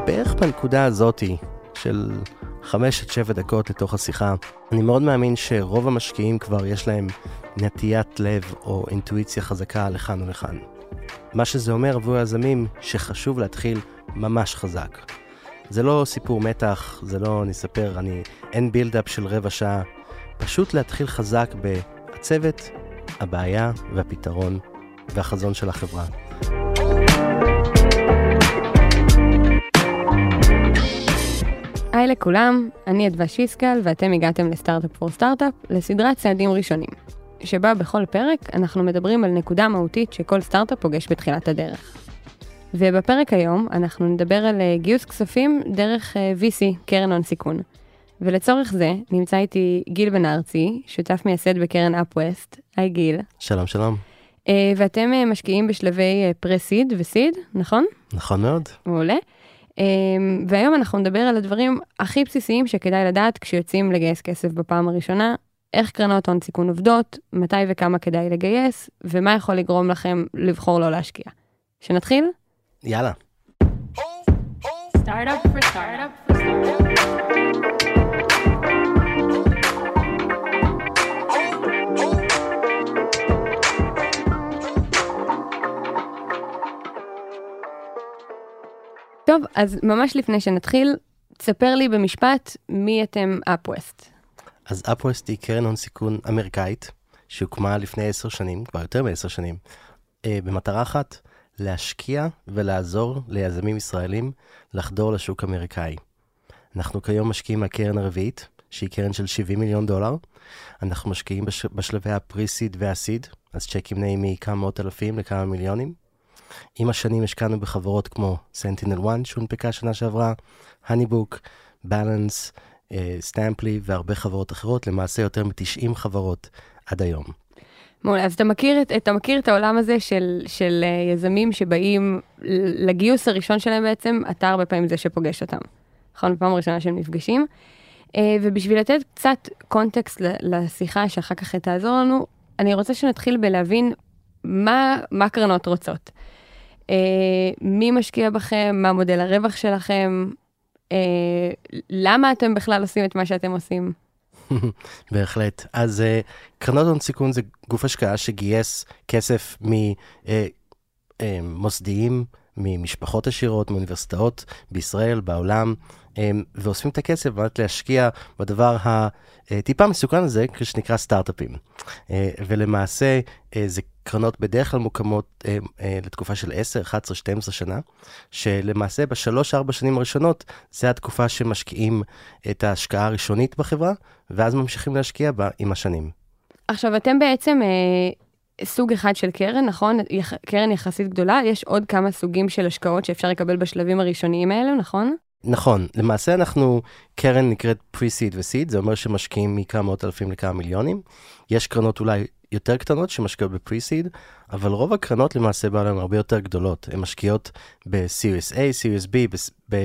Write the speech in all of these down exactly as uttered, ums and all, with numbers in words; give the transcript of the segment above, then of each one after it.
בערך בנקודה הזאת של חמש עד שבע דקות לתוך השיחה, אני מאוד מאמין שרוב המשקיעים כבר יש להם נטיית לב או אינטואיציה חזקה לכאן ולכאן. מה שזה אומר עבור היזמים שחשוב להתחיל ממש חזק. זה לא סיפור מתח, זה לא נספר, אני, אין בילדאפ של רבע שעה, פשוט להתחיל חזק בהצוות, הבעיה והפתרון והחזון של החברה. היי לכולם, אני אדווה שיסקל ואתם הגעתם לסטארט-אפ פור סטארט-אפ, לסדרת צעדים ראשונים, שבה בכל פרק אנחנו מדברים על נקודה מהותית שכל סטארט-אפ פוגש בתחילת הדרך. ובפרק היום אנחנו נדבר על גיוס כספים דרך וי סי, קרן הון סיכון. ולצורך זה נמצא איתי גיל בן ארצי, שותף מייסד בקרן אפווסט. היי גיל. שלום שלום. ואתם משקיעים בשלבי פרה-סיד וסיד, נכון? נכון מאוד. מעולה. והיום אנחנו נדבר על הדברים הכי בסיסיים שכדאי לדעת כשיוצאים לגייס כסף בפעם הראשונה, איך קרנות הון סיכון עובדות, מתי וכמה כדאי לגייס, ומה יכול לגרום לכם לבחור לא להשקיע. שנתחיל? יאללה. Startup for startup for startup. טוב, אז ממש לפני שנתחיל, תספר לי במשפט מי אתם אפווסט. אז אפווסט היא קרן הון סיכון אמריקאית, שהוקמה לפני עשר שנים, כבר יותר מעשר שנים, במטרה אחת, להשקיע ולעזור ליזמים ישראלים לחדור לשוק אמריקאי. אנחנו כיום משקיעים מהקרן הרביעית, שהיא קרן של שבעים מיליון דולר. אנחנו משקיעים בש... בשלבי הפרי-סיד והסיד, אז צ'קים נעים מכמה מאות אלפים לכמה מיליונים. עם השנים השקענו בחברות כמו Sentinel One, שהונפקה שנה שעברה, Honeybook, Balance, Stamply והרבה חברות אחרות, למעשה יותר מ-תשעים חברות עד היום. מעולה, אז אתה מכיר, אתה מכיר את העולם הזה של, של יזמים שבאים לגיוס הראשון שלהם בעצם, אתה הרבה פעמים זה שפוגש אותם. נכון, בפעם הראשונה שהם נפגשים. ובשביל לתת קצת קונטקסט לשיחה שאחר כך תעזור לנו, אני רוצה שנתחיל בלהבין מה, מה קרנות רוצות. מי משקיע בכם, מה מודל הרווח שלכם, למה אתם בכלל עושים את מה שאתם עושים? בהחלט. אז uh, קרנות הון סיכון זה גוף השקעה שגייס כסף ממוסדיים, ממשפחות עשירות, מאוניברסיטאות בישראל, בעולם, um, ואוספים את הכסף באמת להשקיע בדבר הטיפה מסוכן הזה, שנקרא סטארט-אפים. Uh, ולמעשה uh, זה קרנות בדרך כלל מוקמות uh, uh, לתקופה של עשר, אחת עשרה, שתים עשרה שנה, שלמעשה בשלוש ארבע שנים הראשונות, זה התקופה שמשקיעים את ההשקעה הראשונית בחברה, ואז ממשיכים להשקיע בה עם השנים. עכשיו, אתם בעצם אה, סוג אחד של קרן, נכון? יח, קרן יחסית גדולה, יש עוד כמה סוגים של השקעות שאפשר לקבל בשלבים הראשוניים האלו, נכון? נכון. למעשה אנחנו, קרן נקראת pre-seed ו-seed, זה אומר שמשקיעים מכמה מאות אלפים לכמה מיליונים. יש קרנות אולי יותר קטנות שמשקיעות ב-pre-seed, אבל רוב הקרנות למעשה בעולם הרבה יותר גדולות. הן משקיעות ב-Series A, Series B,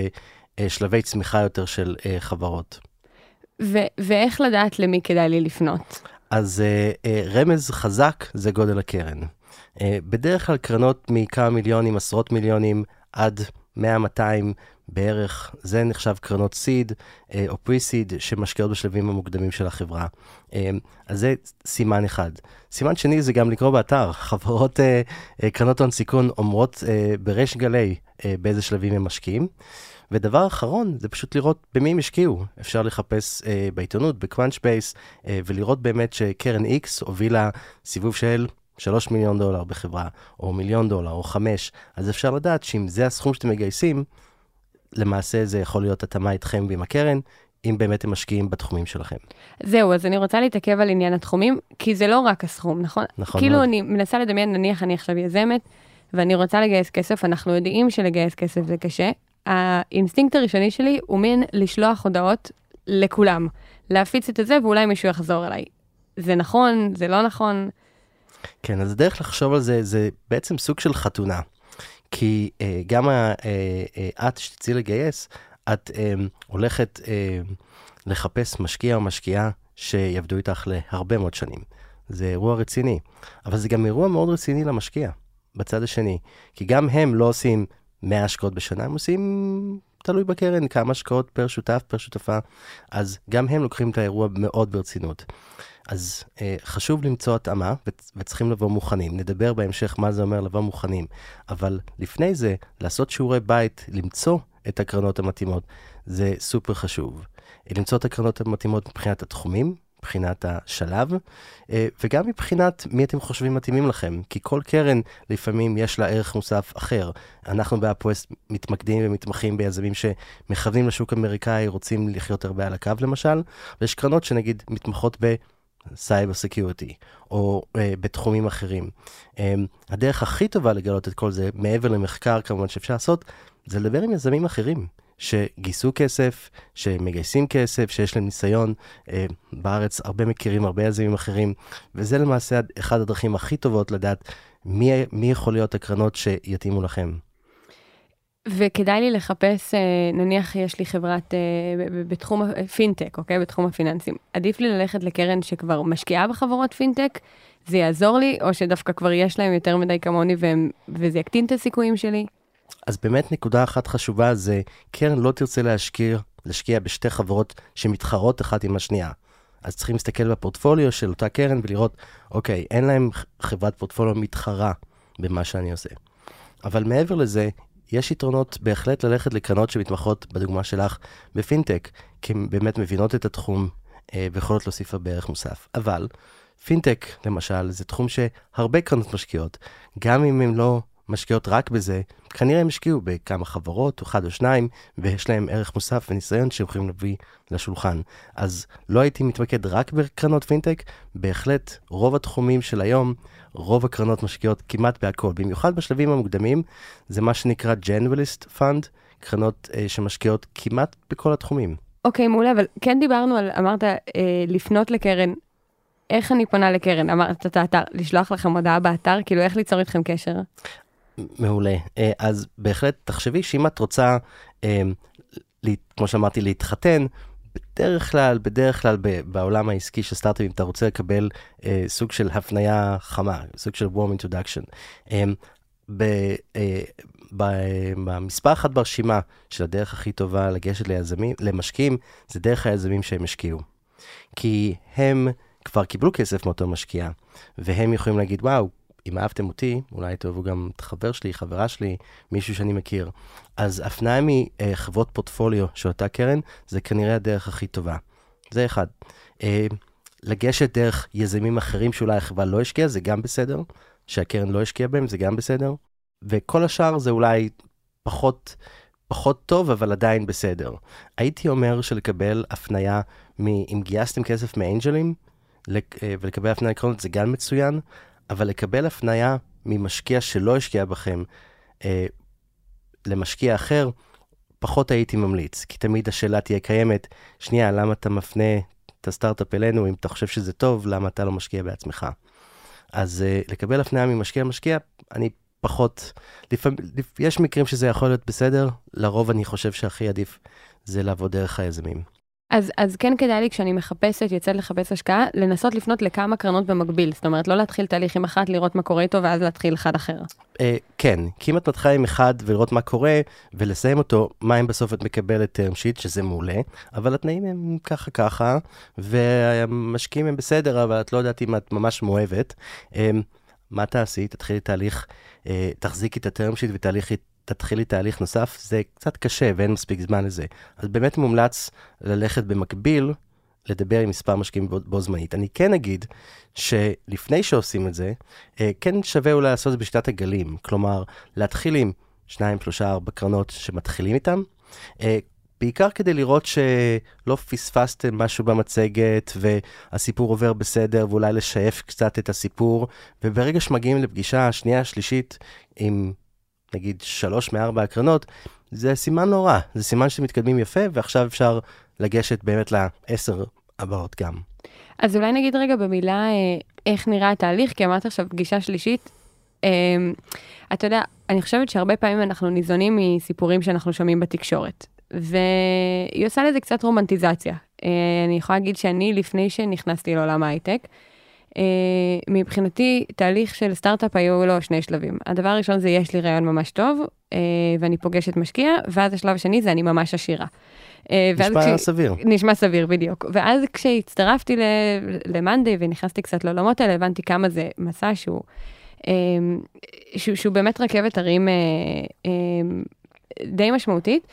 בשלבי צמיחה יותר של uh, חברות. ו- ואיך לדעת למי כדאי לי לפנות? אז uh, uh, רמז חזק זה גודל הקרן. Uh, בדרך כלל קרנות מכמה מיליונים, עשרות מיליונים, עד מאה מאתיים בערך, זה נחשב קרנות סיד uh, או פרי-סיד שמשקיעות בשלבים המוקדמים של החברה. Uh, אז זה סימן אחד. סימן שני זה גם לקרוא באתר. חברות uh, uh, קרנות הון סיכון אומרות uh, בריש גלי uh, באיזה שלבים הם משקיעים. ודבר אחרון, זה פשוט לראות במי הם השקיעו. אפשר לחפש אה, בעיתונות, בקוואנצ'בייס, אה, ולראות באמת שקרן X הובילה סיבוב של שלוש מיליון דולר בחברה, או מיליון דולר, או חמש. אז אפשר לדעת שאם זה הסכום שאתם מגייסים, למעשה זה יכול להיות התאמה איתכם ועם הקרן, אם באמת הם משקיעים בתחומים שלכם. זהו, אז אני רוצה להתעכב על עניין התחומים, כי זה לא רק הסכום, נכון? נכון. כאילו מאוד. אני מנסה לדמיין, נניח אני עכשיו יזמת, ואני רוצה לגייס כסף, אנחנו יודעים שלגייס כסף זה קשה, האינסטינקט הראשוני שלי הוא מין לשלוח הודעות לכולם, להפיץ את זה ואולי מישהו יחזור אליי. זה נכון, זה לא נכון. כן, אז דרך לחשוב על זה, זה בעצם סוג של חתונה. כי אה, גם אה, אה, את שתצאי לגייס, את אה, הולכת אה, לחפש משקיע או משקיעה שיעבדו איתך להרבה מאוד שנים. זה אירוע רציני, אבל זה גם אירוע מאוד רציני למשקיע, בצד השני. כי גם הם לא עושים מאה השקעות בשנה, הם עושים תלוי בקרן, כמה השקעות פר שותף, פר שותפה, אז גם הם לוקחים את האירוע מאוד ברצינות. אז אה, חשוב למצוא התאמה, וצריכים לבוא מוכנים. נדבר בהמשך מה זה אומר לבוא מוכנים. אבל לפני זה, לעשות שיעורי בית, למצוא את הקרנות המתאימות, זה סופר חשוב. למצוא את הקרנות המתאימות מבחינת התחומים, מבחינת השלב, וגם מבחינת מי אתם חושבים מתאימים לכם. כי כל קרן לפעמים יש לה ערך מוסף אחר. אנחנו באפווסט מתמקדים ומתמחים ביזמים שמכוונים לשוק אמריקאי, רוצים לחיות הרבה על הקו למשל, ויש קרנות שנגיד מתמחות ב... סייבר סקיוריטי, או אה, בתחומים אחרים. אה, הדרך הכי טובה לגלות את כל זה, מעבר למחקר כמובן שאפשר לעשות, זה לדבר עם יזמים אחרים, שגייסו כסף, שמגייסים כסף, שיש להם ניסיון. אה, בארץ הרבה מכירים, הרבה יזמים אחרים, וזה למעשה אחד הדרכים הכי טובות לדעת מי, מי יכול להיות הקרנות שיתאימו לכם. וכדאי לי לחפש, נניח יש לי חברת בתחום פינטק, אוקיי? בתחום הפיננסים. עדיף לי ללכת לקרן שכבר משקיעה בחברות פינטק, זה יעזור לי, או שדווקא כבר יש להם יותר מדי כמוני, והם, וזה יקטין את הסיכויים שלי? אז באמת נקודה אחת חשובה זה, קרן לא תרצה להשקיע, להשקיע בשתי חברות שמתחרות אחת עם השנייה. אז צריכים להסתכל בפורטפוליו של אותה קרן ולראות, אוקיי, אין להם חברת פורטפוליו מתחרה במה שאני עושה. אבל מעבר לזה, יש יתרונות בהחלט ללכת לקרנות שמתמחות, בדוגמה שלך, בפינטק, כי הן באמת מבינות את התחום אה, ויכולות להוסיף בערך מוסף. אבל פינטק, למשל, זה תחום שהרבה קרנות משקיעות. גם אם הן לא משקיעות רק בזה, כנראה הם השקיעו בכמה חברות, או אחד או שניים, ויש להם ערך מוסף וניסיון שיכולים להביא לשולחן. אז לא הייתי מתמקד רק בקרנות פינטק, בהחלט רוב התחומים של היום, רוב הקרנות משקיעות כמעט בהכל, במיוחד בשלבים המוקדמים, זה מה שנקרא Generalist Fund, קרנות אה, שמשקיעות כמעט בכל התחומים. אוקיי, מעולה, אבל כן דיברנו על, אמרת, אה, לפנות לקרן, איך אני פונה לקרן? אמרת את האתר, לשלוח לכם הודעה באתר, כאילו איך ליצור איתכם קשר? מעולה. אה, אז בהחלט תחשבי שאם את רוצה, אה, לה, כמו שאמרתי, להתחתן, בדרך כלל, בדרך כלל בעולם העסקי של סטארט-אפים, אתה רוצה לקבל אה, סוג של הפניה חמה, סוג של warm introduction. אה, ב, אה, ב, במספר אחת ברשימה של הדרך הכי טובה לגשת ליזמים, למשקיעים, זה דרך היזמים שהם השקיעו. כי הם כבר קיבלו כסף מאותו משקיע, והם יכולים להגיד, וואו, אם אהבתם אותי, אולי תאהבו גם את חבר שלי, חברה שלי, מישהו שאני מכיר. אז הפניה מחברות פורטפוליו של אותה קרן, זה כנראה הדרך הכי טובה. זה אחד. לגשת דרך יזמים אחרים שאולי החברה לא השקיעה, זה גם בסדר. שהקרן לא השקיעה בהם, זה גם בסדר. וכל השאר זה אולי פחות, פחות טוב, אבל עדיין בסדר. הייתי אומר שלקבל הפניה, אם גייסתם כסף מאנג'לים, ולקבל הפניה לקרנות זה גם מצוין, אבל לקבל הפניה ממשקיע שלא השקיע בכם אה, למשקיע אחר, פחות הייתי ממליץ. כי תמיד השאלה תהיה קיימת, שנייה, למה אתה מפנה את הסטארט-אפ אלינו, אם אתה חושב שזה טוב, למה אתה לא משקיע בעצמך? אז אה, לקבל הפניה ממשקיע משקיע, אני פחות, לפעמים, לפ, יש מקרים שזה יכול להיות בסדר, לרוב אני חושב שהכי עדיף זה לעבוד דרך היזמים. אז, אז כן כדאי לי כשאני מחפשת, יוצאת לחפש השקעה, לנסות לפנות לכמה קרנות במקביל. זאת אומרת, לא להתחיל תהליך עם אחת, לראות מה קורה איתו, ואז להתחיל אחד אחר. אה, כן, כי אם את מתחילה עם אחד ולראות מה קורה, ולסיים אותו, מה אם בסוף את מקבלת term sheet, שזה מעולה, אבל התנאים הם ככה ככה, והמשקיעים הם בסדר, אבל את לא יודעת אם את ממש מואבת. אה, מה תעשי? תתחילי תהליך, אה, תחזיקי את ה-term sheet ותהליך תתחילי תהליך נוסף, זה קצת קשה ואין מספיק זמן לזה. אז באמת מומלץ ללכת במקביל, לדבר עם מספר משקיעים בו, בו זמנית. אני כן אגיד שלפני שעושים את זה, כן שווה אולי לעשות את זה בשיטת הגלים. כלומר, להתחיל עם שניים, שלושה, ארבע קרנות שמתחילים איתם, בעיקר כדי לראות שלא פספסתם משהו במצגת, והסיפור עובר בסדר, ואולי לשייף קצת את הסיפור, וברגע שמגיעים לפגישה השנייה, השלישית, עם נגיד שלוש מארבע הקרנות, זה סימן לא רע, זה סימן שמתקדמים יפה, ועכשיו אפשר לגשת באמת לעשר הבאות גם. אז אולי נגיד רגע במילה איך נראה התהליך, כי אמרת עכשיו פגישה שלישית, אתה יודע, אני חושבת שהרבה פעמים אנחנו ניזונים מסיפורים שאנחנו שומעים בתקשורת, והיא עושה לזה קצת רומנטיזציה. אני יכולה להגיד שאני לפני שנכנסתי לעולם ההייטק, מבחינתי, תהליך של סטארט-אפ היו לו שני שלבים. הדבר הראשון זה יש לי רעיון ממש טוב, ואני פוגשת משקיע, ואז השלב השני זה אני ממש עשירה. נשמע סביר. נשמע סביר, בדיוק. ואז כשהצטרפתי למנדי ונכנסתי קצת לעולמות האלה, הבנתי כמה זה מסע שהוא, שהוא, שהוא באמת רכבת הרים די משמעותית.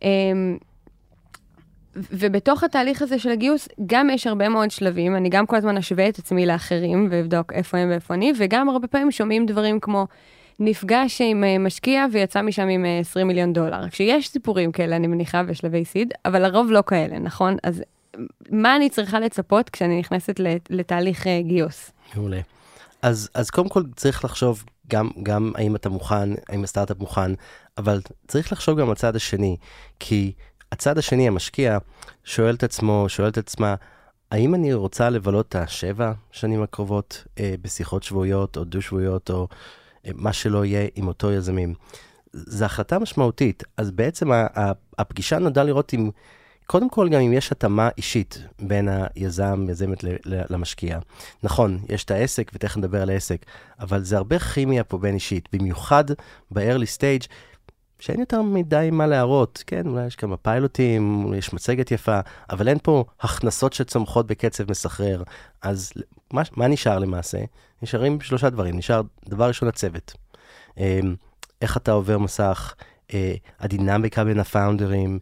ובתוך התהליך הזה של הגיוס, גם יש הרבה מאוד שלבים, אני גם כל הזמן אשווה את עצמי לאחרים, ואבדוק איפה הם ואיפה אני, וגם הרבה פעמים שומעים דברים כמו, נפגש עם משקיע ויצא משם עם עשרים מיליון דולר. כשיש סיפורים כאלה, אני מניחה, בשלבי סיד, אבל לרוב לא כאלה, נכון? אז מה אני צריכה לצפות כשאני נכנסת לתהליך גיוס? מעולה. אז, אז קודם כל צריך לחשוב גם, גם האם אתה מוכן, האם הסטארט-אפ מוכן, אבל צריך לחשוב גם על הצד השני, כי הצד השני, המשקיע, שואל את עצמו, שואל את עצמה, האם אני רוצה לבלות את השבע שנים הקרובות אה, בשיחות שבועיות או דו-שבועיות או אה, מה שלא יהיה עם אותו יזמים? זו החלטה משמעותית. אז בעצם הפגישה נודע לראות אם, קודם כל גם אם יש התאמה אישית בין היזם, יזמת למשקיע. נכון, יש את העסק ותכף נדבר על העסק, אבל זה הרבה כימיה פה בין אישית, במיוחד ב-early stage, שאין יותר מדי מה להראות, כן, אולי יש כמה פיילוטים, יש מצגת יפה, אבל אין פה הכנסות שצומחות בקצב מסחרר. אז מה, מה נשאר למעשה? נשארים שלושה דברים. נשאר דבר ראשון הצוות. איך אתה עובר מסך, הדינמיקה בין הפאונדרים,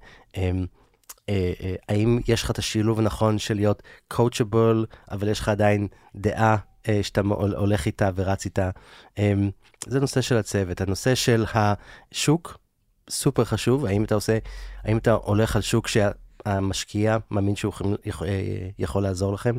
האם יש לך את השילוב הנכון של להיות coachable, אבל יש לך עדיין דעה שאתה הולך איתה ורץ איתה. זה נושא של הצוות. הנושא של השוק, סופר חשוב. האם אתה עושה, האם אתה הולך על שוק שהמשקיע מאמין שהוא יכול, יכול לעזור לכם?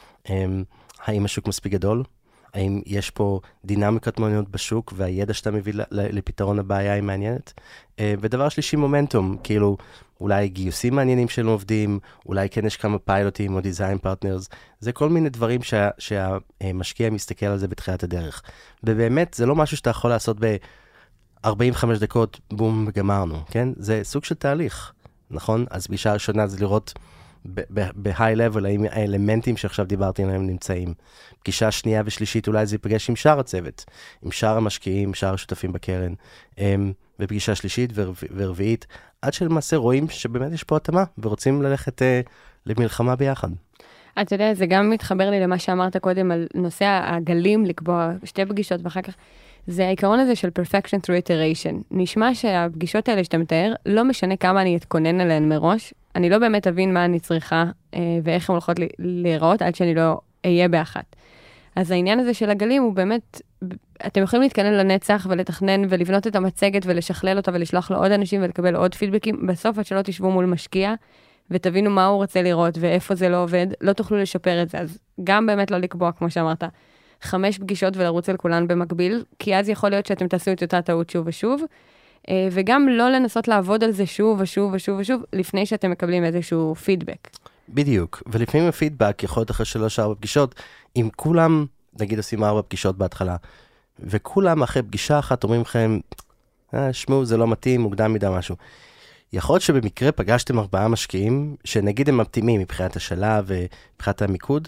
האם השוק מספיק גדול? האם יש פה דינמיקות מעניינות בשוק, והידע שאתה מביא לפתרון הבעיה היא מעניינת? ודבר שלישי, מומנטום, כאילו, אולי גיוסים מעניינים של עובדים, אולי כן יש כמה פיילוטים או דיזיין פרטנרס, זה כל מיני דברים שה, שהמשקיע מסתכל על זה בתחילת הדרך. ובאמת, זה לא משהו שאתה יכול לעשות ב-ארבעים וחמש דקות, בום, וגמרנו, כן? זה סוג של תהליך, נכון? אז פגישה הראשונה זה לראות ב-high level, האם האלמנטים שעכשיו דיברתי עליהם נמצאים. פגישה שנייה ושלישית, אולי זה ייפגש עם שאר הצוות, עם שאר המשקיעים, עם שאר השותפים בקרן, ופגישה שלישית ורביעית, עד שלמעשה רואים שבאמת יש פה התאמה, ורוצים ללכת למלחמה ביחד. אתה יודע, זה גם מתחבר לי למה שאמרת קודם, על נושא הגלים, לקבוע שתי פגישות, ואחר כך, זה העיקרון הזה של perfection through iteration. נשמע שהפגישות האלה שאתה מתאר, לא משנה כמה אני אתכונן עליהן מראש, אני לא באמת אבין מה אני צריכה, ואיך הן הולכות להיראות, עד שאני לא אהיה באחת. אז העניין הזה של הגלים הוא באמת, אתם יכולים להתכנן לנצח ולתכנן ולבנות את המצגת ולשכלל אותה ולשלוח לו עוד אנשים ולקבל עוד פידבקים. בסוף עד שלא תשבו מול משקיע ותבינו מה הוא רוצה לראות ואיפה זה לא עובד, לא תוכלו לשפר את זה. אז גם באמת לא לקבוע, כמו שאמרת, חמש פגישות ולרוץ על כולן במקביל, כי אז יכול להיות שאתם תעשו את אותה טעות שוב ושוב, וגם לא לנסות לעבוד על זה שוב ושוב ושוב ושוב, לפני שאתם מקבלים איזשהו פידבק. בדיוק, ולפעמים הפידבק יכול להיות אחרי שלוש ארבע פגישות, אם כולם, נגיד עושים ארבע פגישות בהתחלה, וכולם אחרי פגישה אחת אומרים לכם, אה, שמו, זה לא מתאים, מוקדם מדי משהו. יכול להיות שבמקרה פגשתם ארבעה משקיעים, שנגיד הם מתאימים מבחינת השלב ומבחינת המיקוד,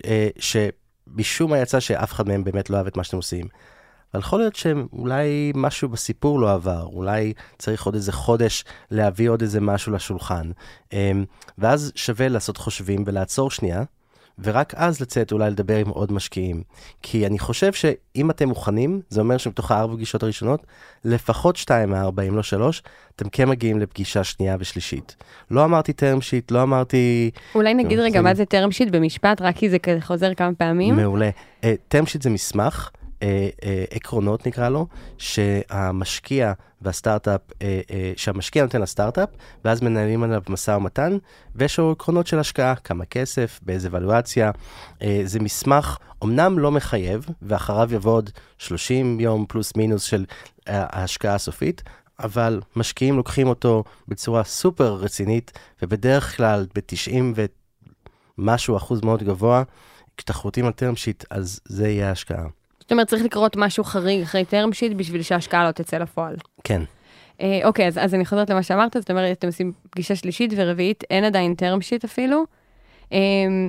שמשום מה יצא שאף אחד מהם באמת לא אוהב את מה שאתם עושים. אבל יכול להיות שאולי משהו בסיפור לא עבר, אולי צריך עוד איזה חודש להביא עוד איזה משהו לשולחן. ואז שווה לעשות חושבים ולעצור שנייה, ורק אז לצאת אולי לדבר עם עוד משקיעים. כי אני חושב שאם אתם מוכנים, זה אומר שבתוך הארבע פגישות הראשונות, לפחות שתיים מהארבע, אם לא שלוש, אתם כן מגיעים לפגישה שנייה ושלישית. לא אמרתי term sheet, לא אמרתי... אולי נגיד רגע מה זה term sheet במשפט, רק כי זה חוזר כמה פעמים. מעולה. term sheet זה מסמך, עקרונות נקרא לו, שהמשקיע והסטארט-אפ, שהמשקיע נותן לסטארט-אפ, ואז מנהלים עליו משא ומתן, ויש לו עקרונות של השקעה, כמה כסף, באיזה ולואציה. זה מסמך אמנם לא מחייב, ואחריו יבוא עוד שלושים יום פלוס מינוס של ההשקעה הסופית, אבל משקיעים לוקחים אותו בצורה סופר רצינית, ובדרך כלל ב-תשעים ומשהו אחוז מאוד גבוה, כשאתה חורטים על term sheet, אז זה יהיה ההשקעה. זאת אומרת, צריך לקרות משהו חריג אחרי term sheet בשביל שההשקעה לא תצא לפועל. כן. אה, אוקיי, אז, אז אני חוזרת למה שאמרת, זאת אומרת, אתם עושים פגישה שלישית ורביעית, אין עדיין term sheet אפילו. אה,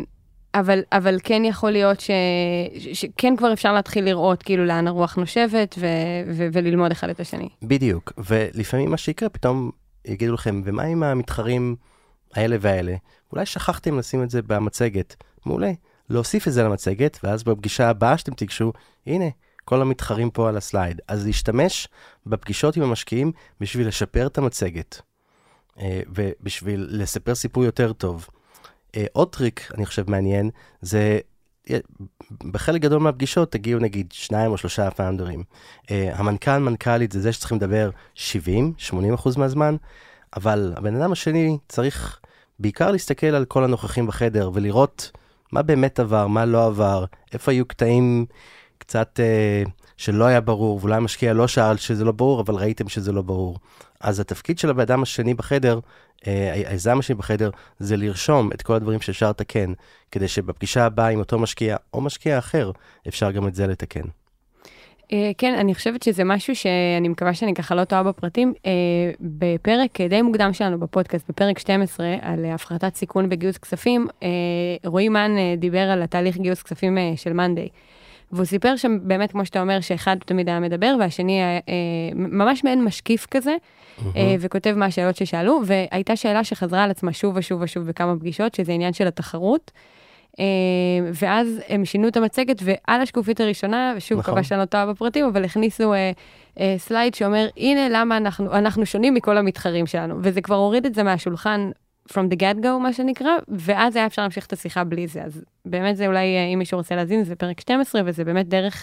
אבל, אבל כן יכול להיות ש, שכן כבר אפשר להתחיל לראות כאילו לאן הרוח נושבת ו, ו, וללמוד אחד את השני. בדיוק, ולפעמים מה שיקרה, פתאום יגידו לכם, ומה עם המתחרים האלה והאלה? אולי שכחתם לשים את זה במצגת. מעולה, להוסיף את זה למצגת, ואז בפגישה הבאה שאתם תיגשו, הנה, כל המתחרים פה על הסלייד. אז להשתמש בפגישות עם המשקיעים בשביל לשפר את המצגת, ובשביל לספר סיפור יותר טוב. עוד טריק, אני חושב מעניין, זה בחלק גדול מהפגישות תגיעו נגיד שניים או שלושה פאונדרים. המנכ"ל, מנכ"לית, זה זה שצריכים לדבר שבעים שמונים אחוז מהזמן, אבל הבן אדם השני צריך בעיקר להסתכל על כל הנוכחים בחדר ולראות מה באמת עבר, מה לא עבר, איפה היו קטעים קצת אה, שלא היה ברור, ואולי המשקיע לא שאל שזה לא ברור, אבל ראיתם שזה לא ברור. אז התפקיד של הבן אדם השני בחדר, אה, היזם השני בחדר, זה לרשום את כל הדברים שאפשר לתקן, כדי שבפגישה הבאה עם אותו משקיע או משקיע אחר, אפשר גם את זה לתקן. כן, אני חושבת שזה משהו שאני מקווה שאני ככה לא טועה בפרטים. בפרק די מוקדם שלנו בפודקאסט, בפרק שתים עשרה, על הפחתת סיכון בגיוס כספים, רועי מן דיבר על התהליך גיוס כספים של מנדי. והוא סיפר שבאמת, כמו שאתה אומר, שאחד תמיד היה מדבר, והשני ממש מעין משקיף כזה, וכותב מה השאלות ששאלו, והייתה שאלה שחזרה על עצמה שוב ושוב ושוב בכמה פגישות, שזה עניין של התחרות. ואז הם שינו את המצגת, ועל השקופית הראשונה, ושוב קבע שאני לא טועה בפרטים, אבל הכניסו סלייד שאומר, הנה למה אנחנו, אנחנו שונים מכל המתחרים שלנו, וזה כבר הוריד את זה מהשולחן, from the get go, מה שנקרא, ואז היה אפשר להמשיך את השיחה בלי זה. אז באמת זה אולי, אם מישהו רוצה להזין, זה פרק שתים עשרה, וזה באמת דרך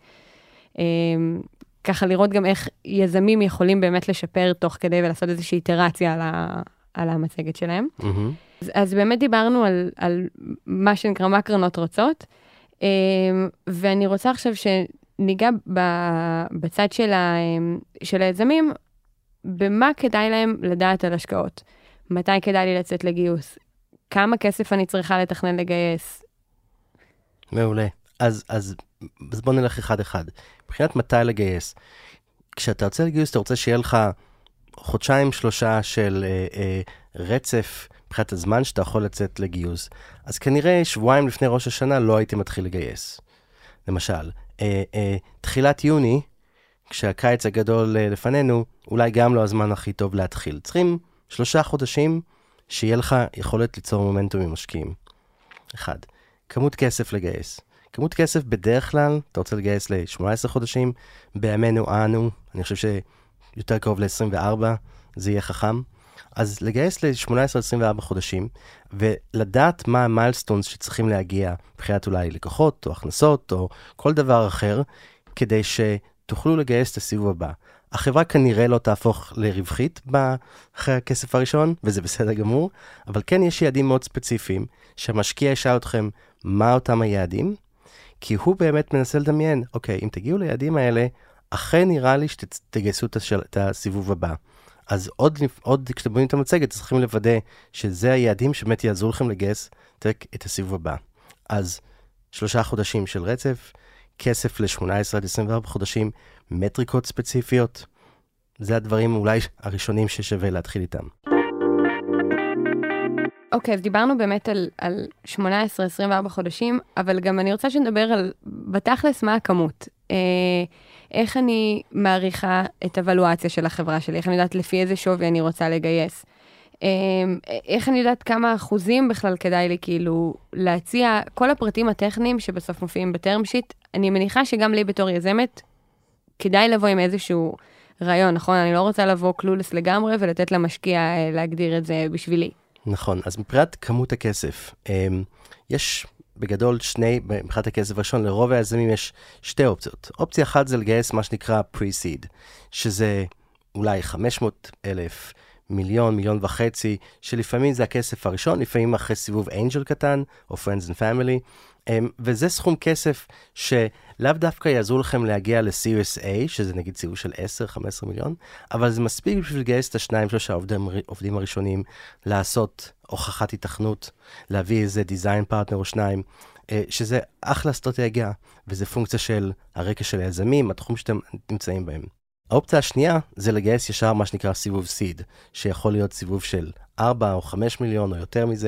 ככה לראות גם איך יזמים יכולים באמת לשפר תוך כדי, ולעשות איזושהי איטרציה על, ה, על המצגת שלהם. אז, אז באמת דיברנו על, על מה שנקרא מה קרנות רוצות, ואני רוצה עכשיו שניגע בצד של, ה, של היזמים, במה כדאי להם לדעת על השקעות. מתי כדאי לי לצאת לגיוס? כמה כסף אני צריכה לתכנן לגייס? מעולה. אז, אז, אז בוא נלך אחד אחד. מבחינת מתי לגייס. כשאתה רוצה לגיוס, אתה רוצה שיהיה לך חודשיים, שלושה של אה, אה, רצף, מבחינת הזמן שאתה יכול לצאת לגיוס. אז כנראה שבועיים לפני ראש השנה לא הייתי מתחיל לגייס. למשל, אה, אה, תחילת יוני, כשהקיץ הגדול אה, לפנינו, אולי גם לא הזמן הכי טוב להתחיל. צריכים שלושה חודשים שיהיה לך יכולת ליצור מומנטום עם משקיעים. אחד, כמות כסף לגייס. כמות כסף בדרך כלל, אתה רוצה לגייס ל-שמונה עשרה חודשים, בימינו אנו, אני חושב שיותר קרוב ל-עשרים וארבע, זה יהיה חכם. אז לגייס ל-שמונה עשרה עד עשרים וארבע חודשים, ולדעת מה המיילסטונס שצריכים להגיע, מבחינת אולי לקוחות, או הכנסות, או כל דבר אחר, כדי שתוכלו לגייס את הסיבוב הבא. החברה כנראה לא תהפוך לרווחית אחרי הכסף הראשון, וזה בסדר גמור, אבל כן יש יעדים מאוד ספציפיים, שהמשקיע ישאל אתכם מה אותם היעדים, כי הוא באמת מנסה לדמיין, אוקיי, אם תגיעו ליעדים האלה, אכן נראה לי שתגייסו את הסיבוב הבא. אז עוד, עוד כשאתם בונים את המצגת, צריכים לוודא שזה היעדים שבאמת יעזרו לכם לגייס את הסיבוב הבא. אז שלושה חודשים של רצף, כסף ל-שמונה עשרה עד עשרים וארבע חודשים, מטריקות ספציפיות, זה הדברים אולי הראשונים ששווה להתחיל איתם. אוקיי, okay, אז דיברנו באמת על, על שמונה עשרה עד עשרים וארבע חודשים, אבל גם אני רוצה שנדבר על בתכלס מה הכמות. אה, איך אני מעריכה את הוולואציה של החברה שלי, איך אני יודעת לפי איזה שווי אני רוצה לגייס. אה, איך אני יודעת כמה אחוזים בכלל כדאי לי כאילו להציע, כל הפרטים הטכניים שבסוף מופיעים בטרם שיט, אני מניחה שגם לי בתור יזמת, כדאי לבוא עם איזשהו רעיון, נכון? אני לא רוצה לבוא קלולס לגמרי ולתת למשקיע להגדיר את זה בשבילי. נכון, אז מבחינת כמות הכסף, יש בגדול שני, מבחינת הכסף הראשון, לרוב היזמים יש שתי אופציות. אופציה אחת זה לגייס מה שנקרא pre-seed, שזה אולי חמש מאות אלף, מיליון, מיליון וחצי, שלפעמים זה הכסף הראשון, לפעמים אחרי סיבוב אנג'ל קטן, או friends and family, וזה סכום כסף שלאו דווקא יעזור לכם להגיע ל-Series A, שזה נגיד סיבוב של עשר חמש עשרה מיליון, אבל זה מספיק בשביל לגייס את השניים, שלושה עובדים, עובדים הראשונים, לעשות הוכחת התכנות, להביא איזה דיזיין פרטנר או שניים, שזה אחלה אסטרטגיה, וזה פונקציה של הרקע של היזמים, התחום שאתם נמצאים בהם. האופציה השנייה זה לגייס ישר מה שנקרא סיבוב סיד, שיכול להיות סיבוב של ארבע או חמש מיליון או יותר מזה,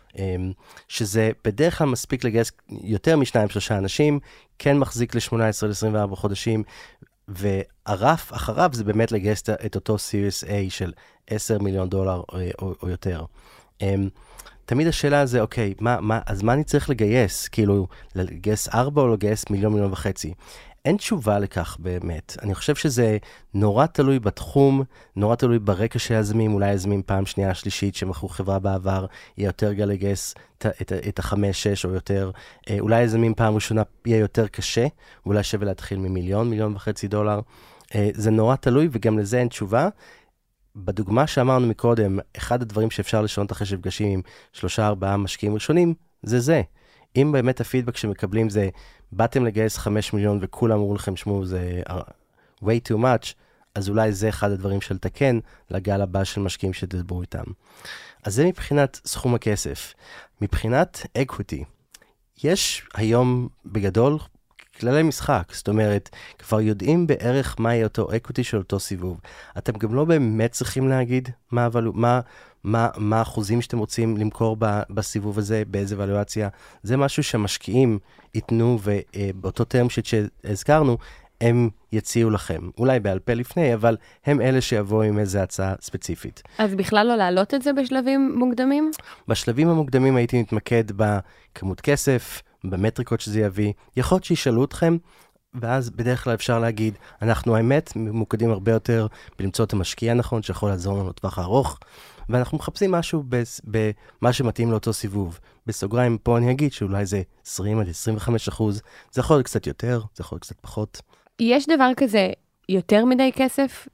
שזה בדרך כלל מספיק לגייס יותר משניים שלושה אנשים, כן מחזיק ל-שמונה עשרה עד עשרים וארבעה חודשים, והרף אחריו זה באמת לגייס את אותו סיריוס A של עשרה מיליון דולר או, או, או יותר. תמיד השאלה זה, אוקיי, מה, מה, אז מה אני צריך לגייס? כאילו, לגייס ארבע או לגייס מיליון, מיליון וחצי? אין תשובה לכך באמת. אני חושב שזה נורא תלוי בתחום, נורא תלוי ברקע של היזמים, אולי היזמים פעם שנייה, שלישית, שמכרו חברה בעבר, יהיה יותר גל לגייס את, את, את החמש, שש או יותר. אולי היזמים פעם ראשונה יהיה יותר קשה, אולי שווה להתחיל ממיליון, מיליון וחצי דולר. זה נורא תלוי, וגם לזה אין תשובה. בדוגמה שאמרנו מקודם, אחד הדברים שאפשר לשנות אחרי שנפגשים עם שלושה, ארבעה משקיעים ראשונים, זה זה. אם באמת הפידבק שמקבלים זה, באתם לגייס חמש מיליון וכולם אמרו לכם, שמו, זה way too much, אז אולי זה אחד הדברים של תקן לגל הבא של משקיעים שתדברו איתם. אז זה מבחינת סכום הכסף. מבחינת equity, יש היום בגדול כללי משחק, זאת אומרת, כבר יודעים בערך מה יהיה אותו equity של אותו סיבוב. אתם גם לא באמת צריכים להגיד מה, מה, מה, מה האחוזים שאתם רוצים למכור ב, בסיבוב הזה, באיזה ולואציה. זה משהו שהמשקיעים ייתנו, ובאותו term sheet שהזכרנו, הם יציעו לכם. אולי בעל פה לפני, אבל הם אלה שיבואו עם איזו הצעה ספציפית. אז בכלל לא להעלות את זה בשלבים מוקדמים? בשלבים המוקדמים הייתי מתמקד בכמות כסף, במטריקות שזה יביא. יכול להיות שישאלו אתכם, ואז בדרך כלל אפשר להגיד, אנחנו האמת ממוקדים הרבה יותר בלמצוא את המשקיע הנכון, שיכול לעזור לנו לטווח הארוך, ואנחנו מחפשים משהו במה שמתאים לאותו סיבוב. בסוגריים פה אני אגיד שאולי זה עשרים עד עשרים וחמישה אחוז, זה יכול להיות קצת יותר, זה יכול להיות קצת פחות. יש דבר כזה יותר מדי כסף?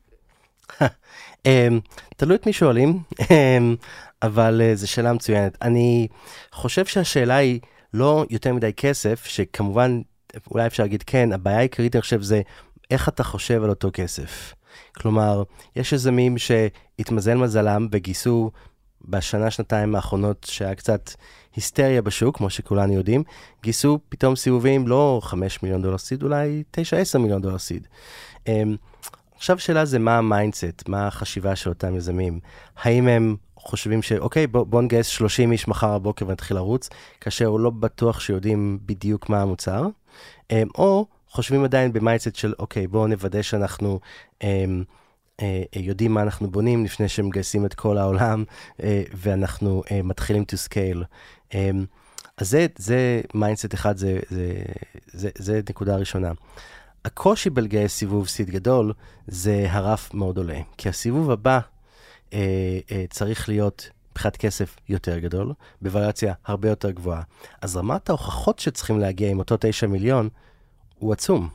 תלוי את מי שואלים, אבל זו שאלה מצוינת. אני חושב שהשאלה היא לא יותר מדי כסף, שכמובן אולי אפשר להגיד כן, הבעיה העיקרית אני חושב זה איך אתה חושב על אותו כסף. כלומר, יש יזמים שהתמזל מזלם וגייסו בשנה, שנתיים האחרונות שהיה קצת היסטריה בשוק, כמו שכולנו יודעים, גייסו פתאום סיבובים לא חמישה מיליון דולר סיד, אולי תשע עשר מיליון דולר סיד. עכשיו השאלה זה מה המיינדסט, מה החשיבה של אותם יזמים. האם הם חושבים שאוקיי, בוא, בוא נגייס שלושים איש מחר הבוקר ונתחיל לרוץ, כאשר הוא לא בטוח שיודעים בדיוק מה המוצר, או חושבים עדיין במיינדסט של אוקיי, בואו נוודא שאנחנו הם, יודעים מה אנחנו בונים לפני שמגייסים את כל העולם, ואנחנו מתחילים to scale. אז זה, זה מיינדסט אחד, זה, זה, זה, זה נקודה ראשונה. הקושי בלגייס סיבוב סיד גדול, זה הרף מאוד עולה. כי הסיבוב הבא צריך להיות מבחינת כסף יותר גדול, בוולואציה הרבה יותר גבוהה. אז רמת ההוכחות שצריכים להגיע עם אותו תשע מיליון, הוא עצום.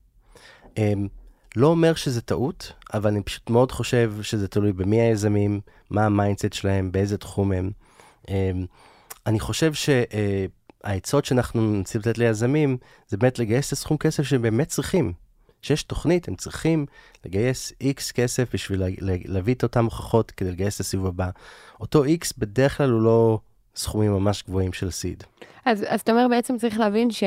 לא אומר שזה טעות, אבל אני פשוט מאוד חושב שזה תלוי במי היזמים, מה המיינדסט שלהם, באיזה תחום הם. אני חושב שהעצות שאנחנו נצטרך לתת ליזמים, זה באמת לגייס את הסכום כסף שהם באמת צריכים. שיש תוכנית, הם צריכים לגייס X כסף בשביל להביא את אותם הוכחות כדי לגייס את הסיבוב הבא. אותו X בדרך כלל הוא לא סכומים ממש גבוהים של סיד. אז, אז אתה אומר בעצם צריך להבין ש...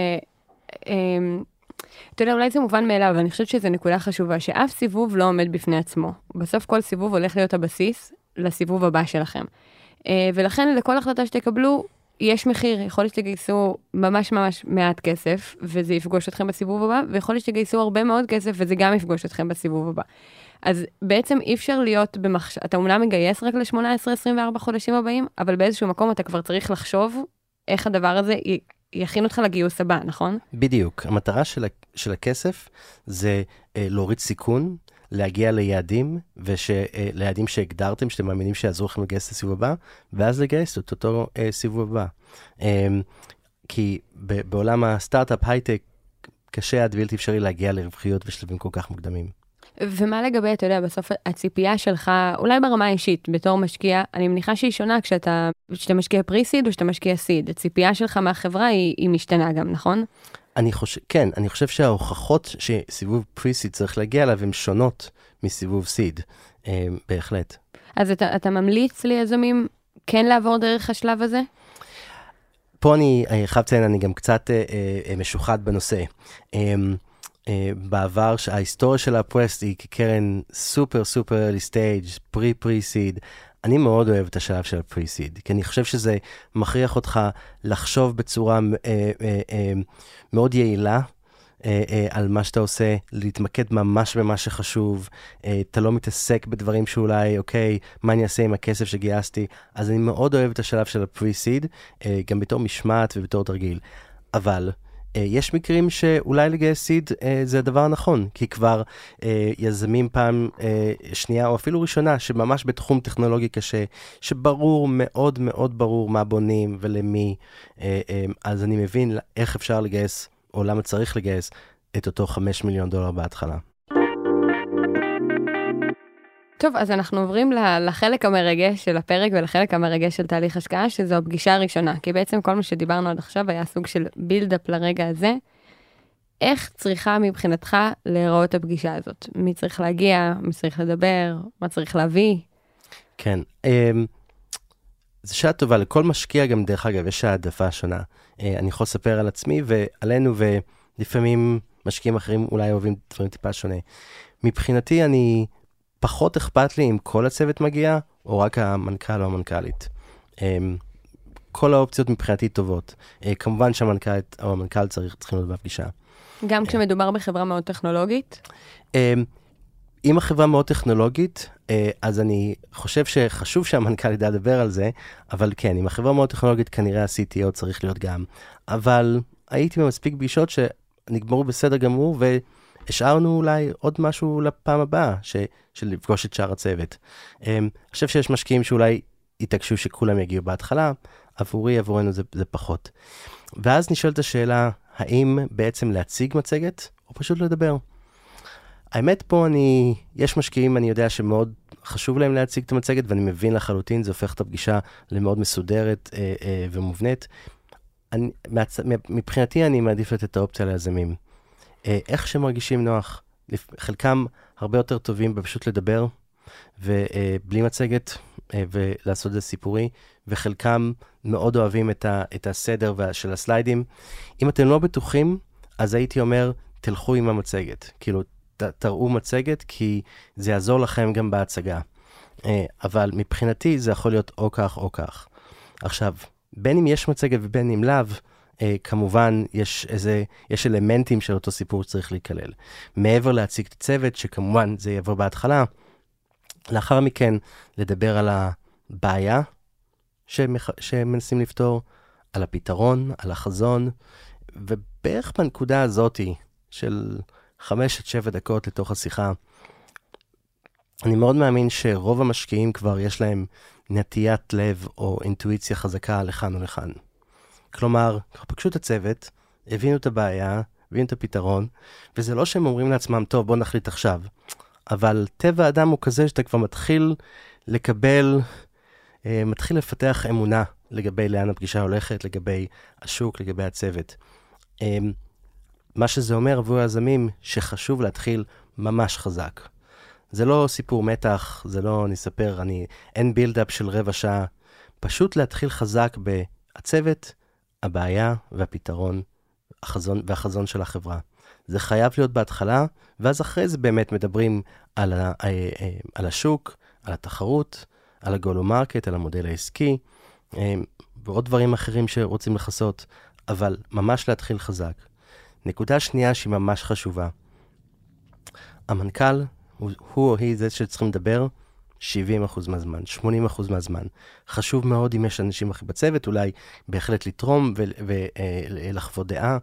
אתה יודע, אולי זה מובן מאליו, אבל אני חושבת שזו נקודה חשובה, שאף סיבוב לא עומד בפני עצמו. בסוף כל סיבוב הולך להיות הבסיס לסיבוב הבא שלכם. ולכן לכל החלטה שתקבלו, יש מחיר. יכול להיות שתגייסו ממש ממש מעט כסף, וזה יפגוש אתכם בסיבוב הבא, ויכול להיות שתגייסו הרבה מאוד כסף, וזה גם יפגוש אתכם בסיבוב הבא. אז בעצם אי אפשר להיות במחשב, אתה אומנם מגייס רק ל-שמונה עשרה עד עשרים וארבעה חודשים הבאים, אבל באיזשהו מקום אתה כבר צריך לחשוב איך הדבר הזה י... יכין אותך לגיוס הבא, נכון? בדיוק. המטרה של, ה... של הכסף זה אה, להוריד סיכון, להגיע ליעדים, וליעדים אה, שהגדרתם, שאתם מאמינים שיעזרו לכם לגייס את הסיבוב הבא, ואז לגייס את אותו אה, סיבוב הבא. אה, כי ב- בעולם הסטארט-אפ הייטק, קשה עד בלתי אפשרי להגיע לרווחיות בשלבים כל כך מוקדמים. ומה לגבי, אתה יודע, בסוף הציפייה שלך, אולי ברמה האישית, בתור משקיע, אני מניחה שהיא שונה כשאתה, כשאתה משקיע פרי-סיד או כשאתה משקיע סיד. הציפייה שלך מהחברה היא, היא משתנה גם, נכון? אני חושב, כן, אני חושב שההוכחות שסיבוב פרי-סיד צריך להגיע אליו הן שונות מסיבוב סיד, אה, בהחלט. אז אתה, אתה ממליץ ליזמים כן לעבור דרך השלב הזה? פה אני חייב לציין, אני גם קצת אה, אה, משוחד בנושא. אה, Uh, בעבר, ההיסטוריה של הפרסט היא כקרן סופר סופר early stage, פרי פרי סיד. אני מאוד אוהב את השלב של הפרי-סיד, כי אני חושב שזה מכריח אותך לחשוב בצורה אה, אה, אה, מאוד יעילה, אה, אה, על מה שאתה עושה, להתמקד ממש במה שחשוב, אה, אתה לא מתעסק בדברים שאולי, אוקיי, מה אני אעשה עם הכסף שגייסתי, אז אני מאוד אוהב את השלב של הפרי-סיד, אה, גם בתור משמעת ובתור תרגיל. אבל אה, יש מקרים שאולי לגייס סיד אה, זה הדבר הנכון, כי כבר אה, יזמים פעם אה, שנייה או אפילו ראשונה, שממש בתחום טכנולוגי קשה, שברור, מאוד מאוד ברור מה בונים ולמי, אה, אה, אז אני מבין איך אפשר לגייס, או למה צריך לגייס את אותו חמישה מיליון דולר בהתחלה. טוב, אז אנחנו עוברים לחלק המרגש של הפרק ולחלק המרגש של תהליך השקעה, שזו הפגישה הראשונה, כי בעצם כל מה שדיברנו עד עכשיו היה סוג של בילדאפ לרגע הזה. איך צריכה מבחינתך להיראות הפגישה הזאת? מי צריך להגיע, מי צריך לדבר, מה צריך להביא? כן, זו שעה טובה, לכל משקיע גם דרך אגב, יש העדפה שונה. אני יכול לספר על עצמי ועלינו, ולפעמים משקיעים אחרים אולי אוהבים דברים טיפה שונה. מבחינתי אני... פחות אכפת לי אם כל הצוות מגיע, או רק המנכ"ל או המנכ"לית. כל האופציות מבחינתי טובות. כמובן שהמנכ"לית או המנכ"ל צריך, צריכים להיות בפגישה. גם כשמדובר בחברה מאוד טכנולוגית? אם החברה מאוד טכנולוגית, אז אני חושב שחשוב שהמנכ"ל ידע לדבר על זה, אבל כן, אם החברה מאוד טכנולוגית, כנראה ה-סי טי או צריך להיות גם. אבל הייתי במספיק פגישות שנגמרו בסדר גמור, ו... השארנו אולי עוד משהו לפעם הבאה, ש, של לפגוש את שאר הצוות. אני חושב שיש משקיעים שאולי יתעקשו שכולם יגיעו בהתחלה, עבורי, עבורנו זה, זה פחות. ואז נשאלת השאלה, האם בעצם להציג מצגת, או פשוט לדבר? האמת פה אני, יש משקיעים, אני יודע שמאוד חשוב להם להציג את המצגת, ואני מבין לחלוטין, זה הופך את הפגישה למאוד מסודרת אה, אה, ומובנית. אני, מהצ... מבחינתי אני מעדיף לתת את האופציה ליזמים. איך שמרגישים נוח. חלקם הרבה יותר טובים בפשוט לדבר, ובלי מצגת, ולעשות את זה סיפורי, וחלקם מאוד אוהבים את, ה, את הסדר של הסליידים. אם אתם לא בטוחים, אז הייתי אומר, תלכו עם המצגת. כאילו, ת, תראו מצגת, כי זה יעזור לכם גם בהצגה. אבל מבחינתי זה יכול להיות או כך או כך. עכשיו, בין אם יש מצגת ובין אם לאו, Uh, כמובן, יש איזה, יש אלמנטים של אותו סיפור שצריך להיכלל. מעבר להציג את הצוות, שכמובן זה יבוא בהתחלה, לאחר מכן לדבר על הבעיה שמח... שמנסים לפתור, על הפתרון, על החזון, ובערך בנקודה הזאת של חמש עד שבע דקות לתוך השיחה, אני מאוד מאמין שרוב המשקיעים כבר יש להם נטיית לב או אינטואיציה חזקה לכאן או לכאן. כלומר, פגשו את הצוות, הבינו את הבעיה, הבינו את הפתרון, וזה לא שהם אומרים לעצמם, טוב, בוא נחליט עכשיו. אבל טבע האדם הוא כזה שאתה כבר מתחיל לקבל, אה, מתחיל לפתח אמונה לגבי לאן הפגישה הולכת, לגבי השוק, לגבי הצוות. אה, מה שזה אומר עבור היזמים, שחשוב להתחיל ממש חזק. זה לא סיפור מתח, זה לא נספר, אני, אין בילדאפ של רבע שעה, פשוט להתחיל חזק בהצוות, הבעיה והפתרון, החזון והחזון של החברה. זה חייב להיות בהתחלה, ואז אחרי זה באמת מדברים על, ה, על השוק, על התחרות, על הגולו-מרקט, על המודל העסקי, ועוד דברים אחרים שרוצים לחסות, אבל ממש להתחיל חזק. נקודה שנייה שהיא ממש חשובה. המנכ"ל, הוא, הוא או היא זה שצריכים לדבר, שבעים אחוז מהזמן, שמונים אחוז מהזמן. חשוב מאוד אם יש אנשים אחרי בצוות, אולי בהחלט לתרום ולחוות דעה,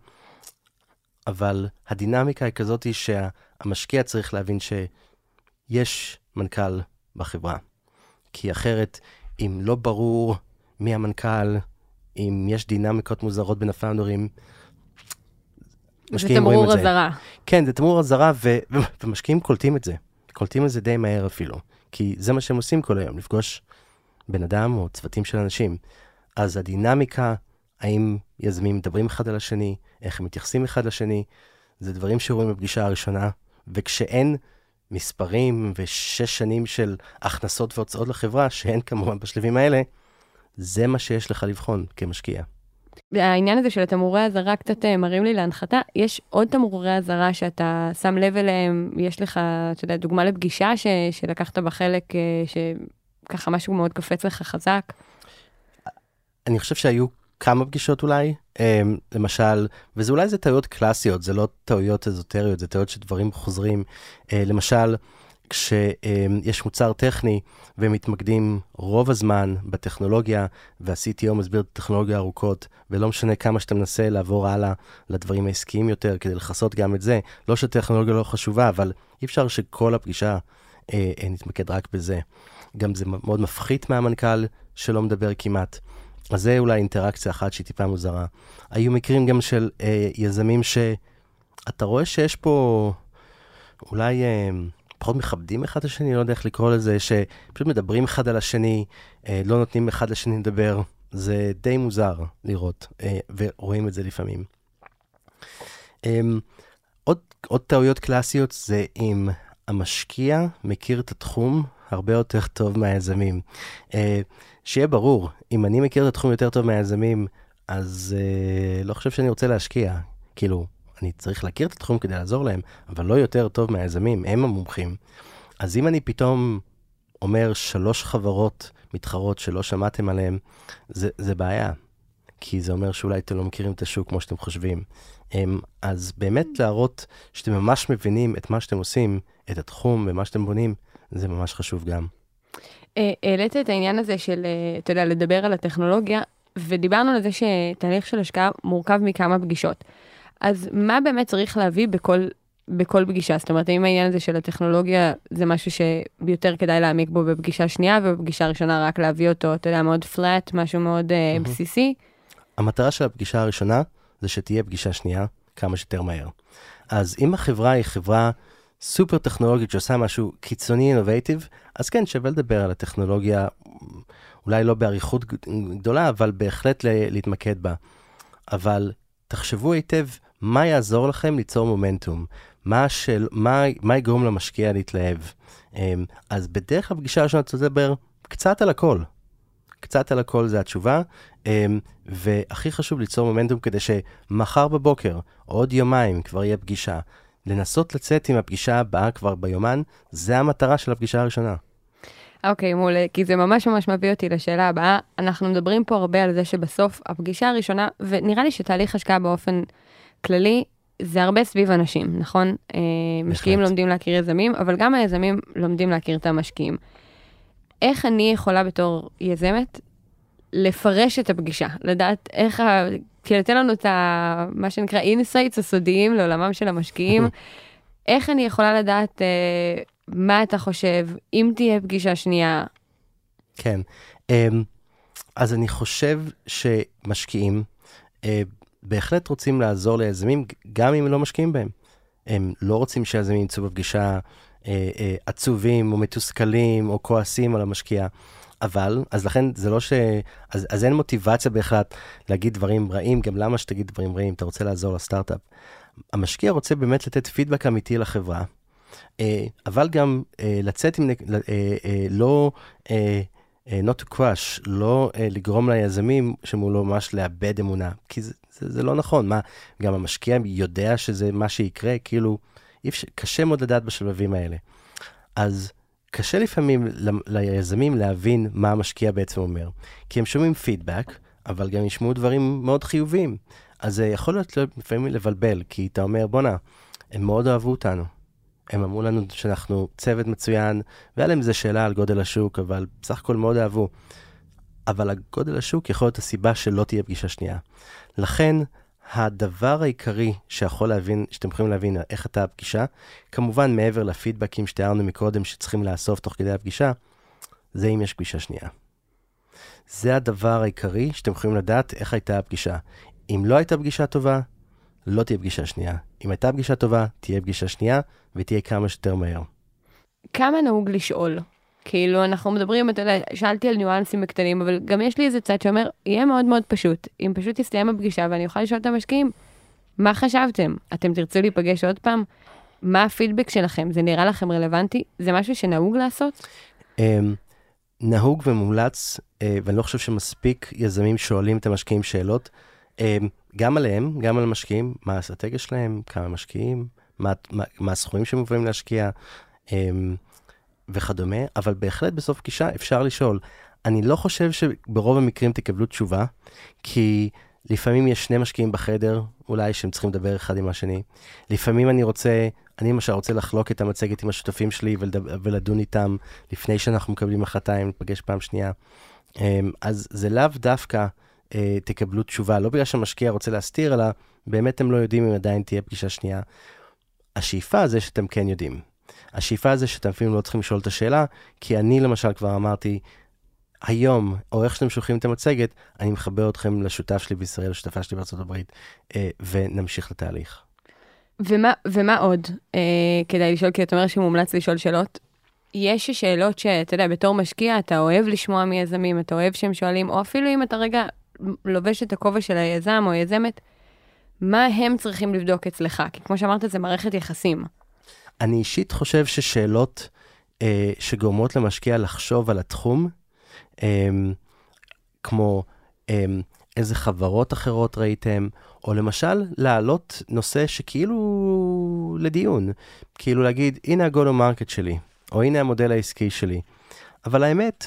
אבל הדינמיקה היא כזאת שהמשקיע צריך להבין שיש מנכ"ל בחברה. כי אחרת, אם לא ברור מי המנכ"ל, אם יש דינמיקות מוזרות בין הפאונדרים, משקיעים רואים את זה. זה תמרור הזרה. כן, זה תמרור הזרה, ו- ומשקיעים קולטים את זה. קולטים את זה די מהר אפילו. כי זה מה שהם עושים כל היום, לפגוש בן אדם או צוותים של אנשים. אז הדינמיקה, האם יזמים מדברים אחד על השני, איך הם מתייחסים אחד לשני, זה דברים שרואים בפגישה הראשונה, וכשאין מספרים ושש שנים של הכנסות והוצאות לחברה, שאין כמובן בשלבים האלה, זה מה שיש לך לבחון כמשקיע. העניין הזה של התמרורי הזרה קצת מראים לי להנחתה. יש עוד תמרורי הזרה שאתה שם לב אליהם, יש לך, אתה יודע, דוגמה לפגישה ש, שלקחת בחלק, ככה משהו מאוד קופץ לך חזק? אני חושב שהיו כמה פגישות אולי, למשל, וזה אולי זה טעויות קלאסיות, זה לא טעויות אזוטריות, זה טעויות שדברים חוזרים. למשל, כשיש מוצר טכני ומתמקדים רוב הזמן בטכנולוגיה, וה-סי טי או מסביר את הטכנולוגיה ארוכות, ולא משנה כמה שאתה מנסה לעבור הלאה לדברים העסקיים יותר, כדי לחסות גם את זה. לא שהטכנולוגיה לא חשובה, אבל אי אפשר שכל הפגישה אה, נתמקד רק בזה. גם זה מאוד מפחית מהמנכ"ל שלא מדבר כמעט. אז זה אולי אינטראקציה אחת שהיא טיפה מוזרה. היו מקרים גם של אה, יזמים שאתה רואה שיש פה אולי אה, פחות מכבדים אחד לשני, לא יודע איך לקרוא לזה, שפשוט מדברים אחד על השני, אה, לא נותנים אחד לשני לדבר. זה די מוזר לראות, אה, ורואים את זה לפעמים. אה, עוד, עוד טעויות קלאסיות זה אם המשקיע מכיר את התחום הרבה יותר טוב מהיזמים. אה, שיהיה ברור, אם אני מכיר את התחום יותר טוב מהיזמים, אז אה, לא חושב שאני רוצה להשקיע. כאילו, אני צריך להכיר את התחום כדי לעזור להם, אבל לא יותר טוב מהיזמים, הם המומחים. אז אם אני פתאום אומר שלוש חברות מתחרות שלא שמעתם עליהם, זה, זה בעיה. כי זה אומר שאולי אתם לא מכירים את השוק כמו שאתם חושבים. אז באמת להראות שאתם ממש מבינים את מה שאתם עושים, את התחום ומה שאתם בונים, זה ממש חשוב גם. העלית את העניין הזה של, אתה יודע, לדבר על הטכנולוגיה, ודיברנו על זה שתהליך של השקעה מורכב מכמה פגישות. אז מה באמת צריך להביא בכל, בכל פגישה? זאת אומרת, האם העניין הזה של הטכנולוגיה זה משהו שיותר כדאי להעמיק בו בפגישה שנייה, ובפגישה ראשונה רק להביא אותו, אתה יודע, מאוד פלט, משהו מאוד uh, בסיסי? המטרה של הפגישה הראשונה זה שתהיה פגישה שנייה כמה שיותר מהר. אז אם החברה היא חברה סופר טכנולוגית שעושה משהו קיצוני, אינובייטיב, אז כן, שווה לדבר על הטכנולוגיה, אולי לא בעריכות גדולה, אבל בהחלט להתמקד בה. אבל תחשבו היטב מה יעזור לכם ליצור מומנטום, מה, של, מה, מה יגרום למשקיע להתלהב. אז בדרך הפגישה הראשונה תדבר קצת על הכל. קצת על הכל זה התשובה, והכי חשוב ליצור מומנטום כדי שמחר בבוקר, עוד יומיים כבר יהיה פגישה. לנסות לצאת עם הפגישה הבאה כבר ביומן, זה המטרה של הפגישה הראשונה. אוקיי, מולה, כי זה ממש ממש מביא אותי לשאלה הבאה. אנחנו מדברים פה הרבה על זה שבסוף הפגישה הראשונה, ונראה לי שתהליך השקעה באופן כללי, זה הרבה סביב אנשים, נכון? משקיעים לומדים להכיר יזמים, אבל גם היזמים לומדים להכיר את המשקיעים. איך אני יכולה בתור יזמת לפרש את הפגישה? לדעת איך, כי לתת לנו את ה, מה שנקרא אינסייטס הסודיים לעולמם של המשקיעים, איך אני יכולה לדעת אה, מה אתה חושב, אם תהיה פגישה שנייה? כן, אז אני חושב שמשקיעים בהחלט רוצים לעזור ליזמים, גם אם לא משקיעים בהם. הם לא רוצים שיזמים ימצאו בפגישה עצובים או מתוסכלים או כועסים על המשקיע. אבל, אז לכן זה לא ש... אז, אז אין מוטיבציה בהחלט להגיד דברים רעים, גם למה שתגיד דברים רעים, אתה רוצה לעזור לסטארט-אפ. המשקיע רוצה באמת לתת פידבק אמיתי לחברה, אבל גם לצאת עם... לא... not to crush, לא לגרום ליזמים שמולו ממש לאבד אמונה, כי זה, זה, זה לא נכון. מה, גם המשקיע יודע שזה מה שיקרה, כאילו, קשה מאוד לדעת בשלבים האלה. אז קשה לפעמים ליזמים להבין מה המשקיע בעצם אומר, כי הם שומעים פידבק, אבל גם ישמעו דברים מאוד חיוביים. אז זה יכול להיות לפעמים לבלבל, כי אתה אומר, בונה, הם מאוד אהבו אותנו. הם אמרו לנו שאנחנו צוות מצוין, והיה להם איזו שאלה על גודל השוק, אבל בסך הכל מאוד אהבו. אבל הגודל השוק יכול להיות הסיבה שלא תהיה פגישה שנייה. לכן, הדבר העיקרי שיכול להבין, שאתם יכולים להבין איך אתה הפגישה, כמובן מעבר לפידבקים שתיארנו מקודם שצריכים לאסוף תוך כדי הפגישה, זה אם יש פגישה שנייה. זה הדבר העיקרי שאתם יכולים לדעת איך הייתה הפגישה. אם לא הייתה פגישה טובה, לא תהיה פגישה שנייה. אם הייתה פגישה טובה, תהיה פגישה שנייה, ותהיה כמה שיותר מהר. כמה נהוג לשאול? כאילו, אנחנו מדברים, אתה יודע, שאלתי על ניואנסים קטנים, אבל גם יש לי איזה צד שאומר, יהיה מאוד מאוד פשוט. אם פשוט תסתיים הפגישה, ואני אוכל לשאול את המשקיעים, מה חשבתם? אתם תרצו להיפגש עוד פעם? מה הפידבק שלכם? זה נראה לכם רלוונטי? זה משהו שנהוג לעשות? נהוג ומומלץ, ואני לא חושב שמספיק יזמים שואלים את המשקיעים שאלות, גם עליהם, גם על המשקיעים, מה האסטרטגיה שלהם, כמה משקיעים, מה, מה, מה הסכומים שהם מובאים להשקיע, וכדומה, אבל בהחלט בסוף פגישה אפשר לשאול. אני לא חושב שברוב המקרים תקבלו תשובה, כי לפעמים יש שני משקיעים בחדר, אולי שהם צריכים לדבר אחד עם השני. לפעמים אני רוצה, אני למשל רוצה לחלוק את המצגת עם השותפים שלי ולדבר, ולדון איתם לפני שאנחנו מקבלים החלטה אם נפגש פעם שנייה. אז זה לאו דווקא תקבלו תשובה, לא בגלל שהמשקיע רוצה להסתיר, אלא באמת הם לא יודעים אם עדיין תהיה פגישה שנייה. השאיפה זה שאתם כן יודעים. השאיפה זה שאתם אפילו לא צריכים לשאול את השאלה, כי אני למשל כבר אמרתי, היום, או איך שאתם שולחים את המצגת, אני מחבר אתכם לשותף שלי בישראל, לשותפה שלי בארצות הברית, ונמשיך לתהליך. ומה, ומה עוד אה, כדאי לשאול, כי אתה אומר שמומלץ לשאול שאלות? יש שאלות שאתה יודע, בתור משקיע, אתה אוהב לשמוע מיזמים, אתה אוהב שהם שואלים, או אפילו אם אתה רגע לובש את הכובע של היזם או יזמת, מה הם צריכים לבדוק אצלך? כי כמו שאמרת, זה מערכת יחסים. אני אישית חושב ששאלות אה, שגורמות למשקיע לחשוב על התחום, אה, כמו אה, איזה חברות אחרות ראיתם, או למשל להעלות נושא שכאילו לדיון, כאילו להגיד, הנה ה-go-to-market שלי, או הנה המודל העסקי שלי. אבל האמת,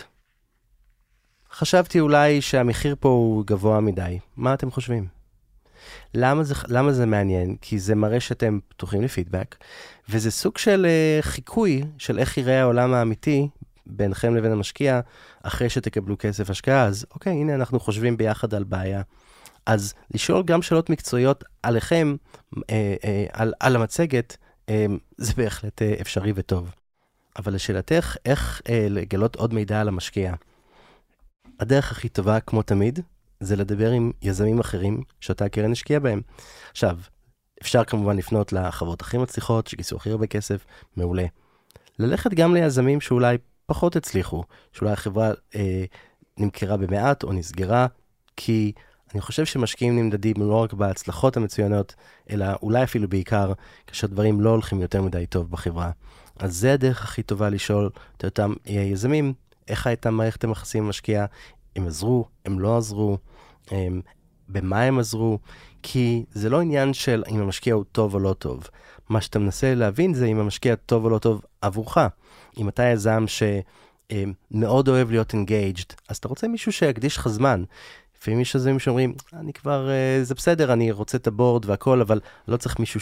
חשבתי אולי שהמחיר פה הוא גבוה מדי. מה אתם חושבים? למה זה, למה זה מעניין? כי זה מראה שאתם פתוחים לפידבק, וזה סוג של uh, חיקוי של איך יראה העולם האמיתי ביניכם לבין המשקיע, אחרי שתקבלו כסף השקעה. אז אוקיי, הנה אנחנו חושבים ביחד על בעיה. אז לשאול גם שאלות מקצועיות עליכם, אה, אה, על, על המצגת, אה, זה בהחלט אה, אפשרי וטוב. אבל לשאלתך, איך אה, לגלות עוד מידע על המשקיע? הדרך הכי טובה, כמו תמיד, זה לדבר עם יזמים אחרים שאותה הקרן השקיעה בהם. עכשיו, אפשר כמובן לפנות לחברות הכי מצליחות, שגייסו הכי הרבה כסף, מעולה. ללכת גם ליזמים שאולי פחות הצליחו, שאולי החברה אה, נמכרה במעט או נסגרה, כי אני חושב שמשקיעים נמדדים לא רק בהצלחות המצוינות, אלא אולי אפילו בעיקר כאשר דברים לא הולכים יותר מדי טוב בחברה. אז זה הדרך הכי טובה לשאול את אותם יזמים, איך הייתה מערכת המחסים עם משקיע, הם עזרו, הם לא עזרו, הם, במה הם עזרו, כי זה לא עניין של אם המשקיע הוא טוב או לא טוב. מה שאתה מנסה להבין זה אם המשקיע טוב או לא טוב עבורך. אם אתה יזם שמאוד אוהב להיות engaged, אז אתה רוצה מישהו שיקדיש לך זמן. לפעמים יש יזמים שאומרים, אני כבר, זה בסדר, אני רוצה את הבורד והכל, אבל לא צריך מישהו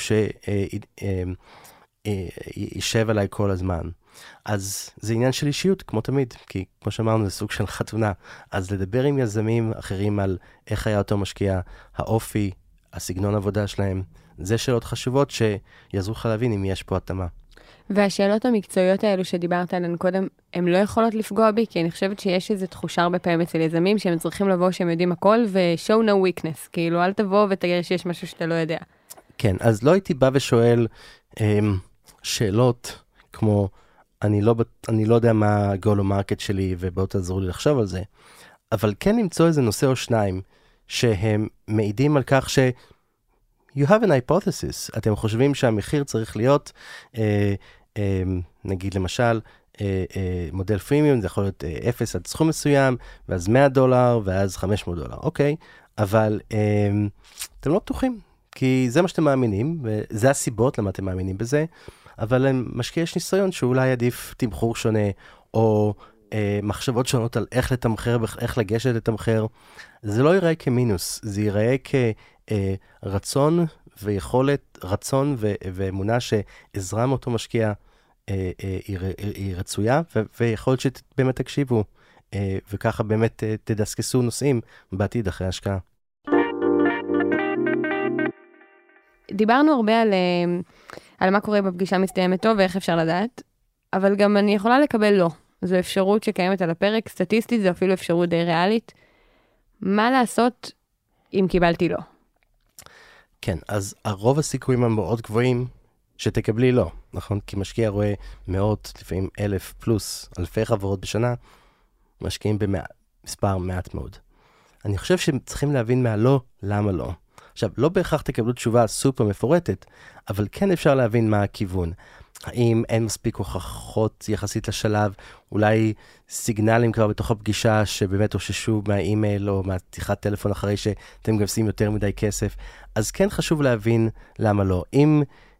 שישב עליי כל הזמן. אז זה עניין של אישיות, כמו תמיד, כי כמו שאמרנו, זה סוג של חתונה. אז לדבר עם יזמים אחרים על איך היה אותו משקיע, האופי, הסגנון עבודה שלהם, זה שאלות חשובות שיעזרו לך להבין אם יש פה התאמה. והשאלות המקצועיות האלו שדיברת עליהן קודם, הן לא יכולות לפגוע בי, כי אני חושבת שיש איזו תחושה הרבה פעמים אצל יזמים, שהם צריכים לבוא שהם יודעים הכל, ו-show no weakness, כאילו אל תבוא ותגר שיש משהו שאתה לא יודע. כן, אז לא הייתי בא ושואל אמ, שאלות כמו, אני לא, אני לא יודע מה ה-go-to-market שלי, ובואו תעזרו לי לחשוב על זה, אבל כן למצוא איזה נושא או שניים, שהם מעידים על כך ש... you have an hypothesis. אתם חושבים שהמחיר צריך להיות, אה, אה, נגיד למשל, אה, אה, מודל פרימיום, זה יכול להיות אה, אפס עד סכום מסוים, ואז מאה דולר, ואז חמש מאות דולר. אוקיי, אבל אה, אתם לא בטוחים, כי זה מה שאתם מאמינים, וזה הסיבות למה אתם מאמינים בזה, אבל משקיע יש ניסיון שאולי עדיף תמחור שונה, או אה, מחשבות שונות על איך לתמחר, איך לגשת לתמחר. זה לא ייראה כמינוס, זה ייראה כ... אה, רצון ויכולת, רצון ו- ואמונה שעזרה מאותו משקיע אה, אה, היא, היא רצויה, ו- ויכול להיות שבאמת תקשיבו, אה, וככה באמת אה, תדסקסו נושאים בעתיד אחרי השקעה. דיברנו הרבה על, אה, על מה קורה בפגישה מסתיימת טוב ואיך אפשר לדעת, אבל גם אני יכולה לקבל לא. זו אפשרות שקיימת על הפרק, סטטיסטית זו אפילו אפשרות די ריאלית. מה לעשות אם קיבלתי לא? כן, אז הרוב הסיכויים המאוד גבוהים שתקבלי לא, נכון? כי משקיע רואה מאות, לפעמים אלף פלוס, אלפי חברות בשנה, משקיעים במספר מעט מאוד. אני חושב שצריכים להבין מהלא, למה לא. עכשיו, לא בהכרח תקבלו תשובה סופר מפורטת, אבל כן אפשר להבין מה הכיוון. האם אין מספיק הוכחות יחסית לשלב, אולי סיגנלים כבר בתוך הפגישה שבאמת הוששו מהאימייל או מהשיחת טלפון אחרי שאתם גייסים יותר מדי כסף, אז כן חשוב להבין למה לא. אם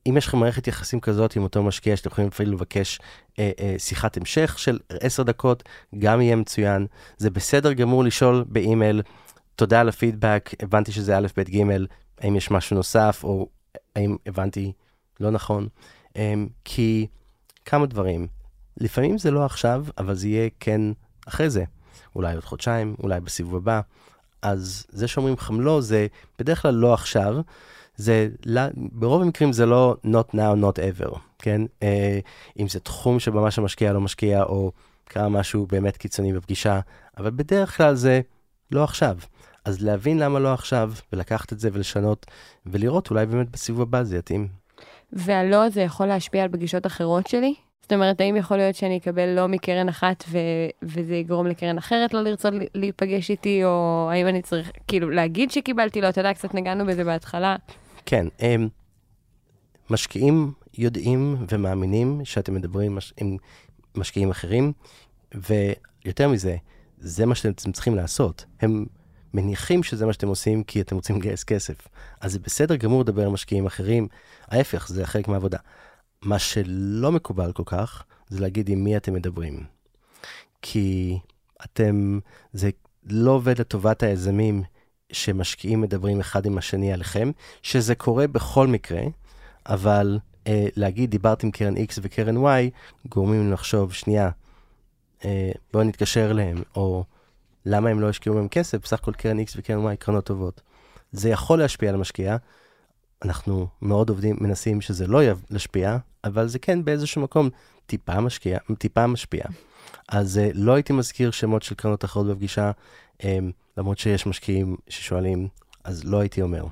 אם יש לכם מערכת יחסים כזאת עם אותו משקיע, שאתם יכולים אפילו לבקש אה, אה, שיחת המשך של עשר דקות, גם יהיה מצוין. זה בסדר גמור לשאול באימייל, תודה על הפידבק, הבנתי שזה א' ב' ג', האם יש משהו נוסף, או האם הבנתי לא נכון. אה, כי כמה דברים. לפעמים זה לא עכשיו, אבל זה יהיה כן אחרי זה. אולי עוד חודשיים, אולי בסיבוב הבא. אז זה שאומרים לכם לא, זה בדרך כלל לא עכשיו. זה, ברוב המקרים זה לא not now, not ever, כן? אה, אם זה תחום שממש המשקיע לא משקיע, או קרה משהו באמת קיצוני בפגישה, אבל בדרך כלל זה לא עכשיו. אז להבין למה לא עכשיו, ולקחת את זה ולשנות, ולראות אולי באמת בסיבוב הבא זה יתאים. והלא הזה יכול להשפיע על פגישות אחרות שלי? זאת אומרת, האם יכול להיות שאני אקבל לא מקרן אחת, ו- וזה יגרום לקרן אחרת לא לרצות להיפגש איתי, או האם אני צריך כאילו להגיד שקיבלתי לו, אתה יודע, קצת נגענו בזה בהתחלה. כן, הם משקיעים יודעים ומאמינים שאתם מדברים מש... עם משקיעים אחרים, ויותר מזה, זה מה שאתם צריכים לעשות. הם מניחים שזה מה שאתם עושים כי אתם רוצים לגייס כסף. אז זה בסדר גמור לדבר עם משקיעים אחרים, ההפך, זה חלק מהעבודה. מה שלא מקובל כל כך, זה להגיד עם מי אתם מדברים. כי אתם, זה לא עובד לטובת היזמים שמשקיעים מדברים אחד עם השני עליכם, שזה קורה בכל מקרה, אבל אה, להגיד דיברת עם קרן X וקרן Y, גורמים לחשוב, שנייה, אה, בואו נתקשר להם, או למה הם לא השקיעו מהם כסף, בסך הכל קרן X וקרן Y קרנות טובות. זה יכול להשפיע על המשקיע, אנחנו מאוד עובדים, מנסים שזה לא ישפיע, אבל זה כן באיזשהו מקום טיפה משקיע, טיפה משפיע. אז אה, לא הייתי מזכיר שמות של קרנות אחרות בפגישה, אה, למרות שיש משקיעים ששואלים, אז לא הייתי אומר.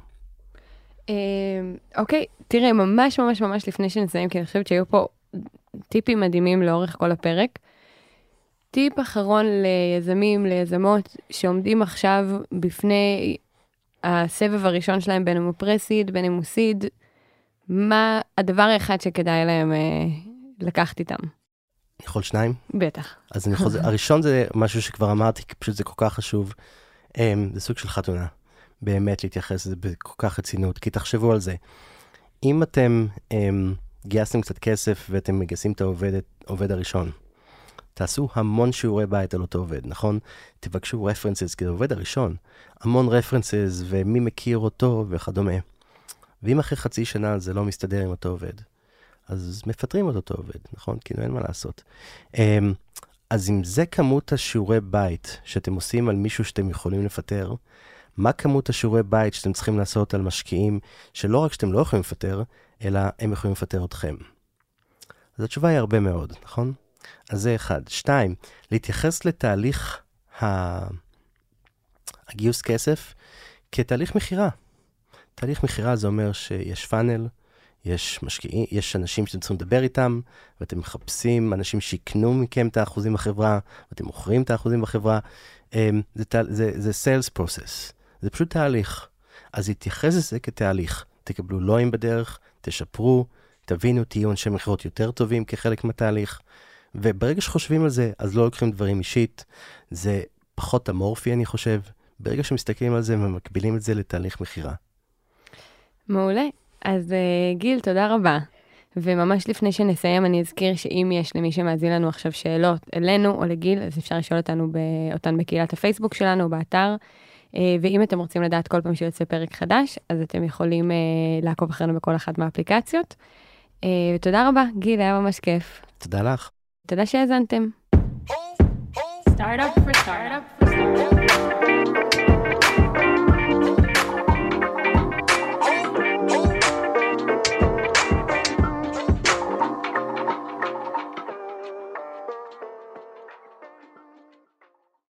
אוקיי, תראה, ממש ממש ממש לפני שנסיים, כי אני חושבת שהיו פה טיפים מדהימים לאורך כל הפרק. טיפ אחרון ליזמים, ליזמות, שעומדים עכשיו בפני הסבב הראשון שלהם, בין אם הוא פרסיד, בין אם הוא סיד, מה הדבר האחד שכדאי להם לקחת איתם? אני יכול שניים? בטח. אז אני חוזר, הראשון זה משהו שכבר אמרתי, כי פשוט זה כל כך חשוב. זה סוג של חתונה. באמת להתייחס לזה בכל כך רצינות, כי תחשבו על זה. אם אתם גייסתם קצת כסף ואתם מגייסים את העובד, העובד הראשון, תעשו המון שיעורי בית על אותו עובד, נכון? תבקשו רפרנסס, כי זה עובד הראשון. המון רפרנסס ומי מכיר אותו וכדומה. ואם אחרי חצי שנה זה לא מסתדר עם אותו עובד, אז מפטרים את אותו עובד, נכון? כאילו אין מה לעשות. אז אם זה כמות השיעורי בית שאתם עושים על מישהו שאתם יכולים לפטר, מה כמות השיעורי בית שאתם צריכים לעשות על משקיעים שלא רק שאתם לא יכולים לפטר, אלא הם יכולים לפטר אתכם? אז התשובה היא הרבה מאוד, נכון? אז זה אחד. שתיים, להתייחס לתהליך הגיוס כסף כתהליך מחירה. תהליך מחירה זה אומר שיש פאנל, יש משקיעים, יש אנשים שאתם צריכים לדבר איתם, ואתם מחפשים אנשים שיקנו מכם את האחוזים בחברה, ואתם מוכרים את האחוזים בחברה. זה, זה, זה sales process. זה פשוט תהליך. אז התייחס לזה כתהליך. תקבלו לואים בדרך, תשפרו, תבינו, תהיו אנשי מכירות יותר טובים כחלק מהתהליך. וברגע שחושבים על זה, אז לא לוקחים דברים אישית. זה פחות אמורפי, אני חושב. ברגע שמסתכלים על זה, ומקבילים את זה לתהליך מחירה. מעולה. אז גיל, תודה רבה. וממש לפני שנסיים, אני אזכיר שאם יש למי שמאזין לנו עכשיו שאלות אלינו או לגיל, אז אפשר לשאול אותנו אותן בקהילת הפייסבוק שלנו, באתר. ואם אתם רוצים לדעת כל פעם שיוצא פרק חדש, אז אתם יכולים לעקוב אחרינו בכל אחת מהאפליקציות. ותודה רבה, גיל, היה ממש כיף. תודה לך. תודה שהאזנתם. Startup for startup for startup.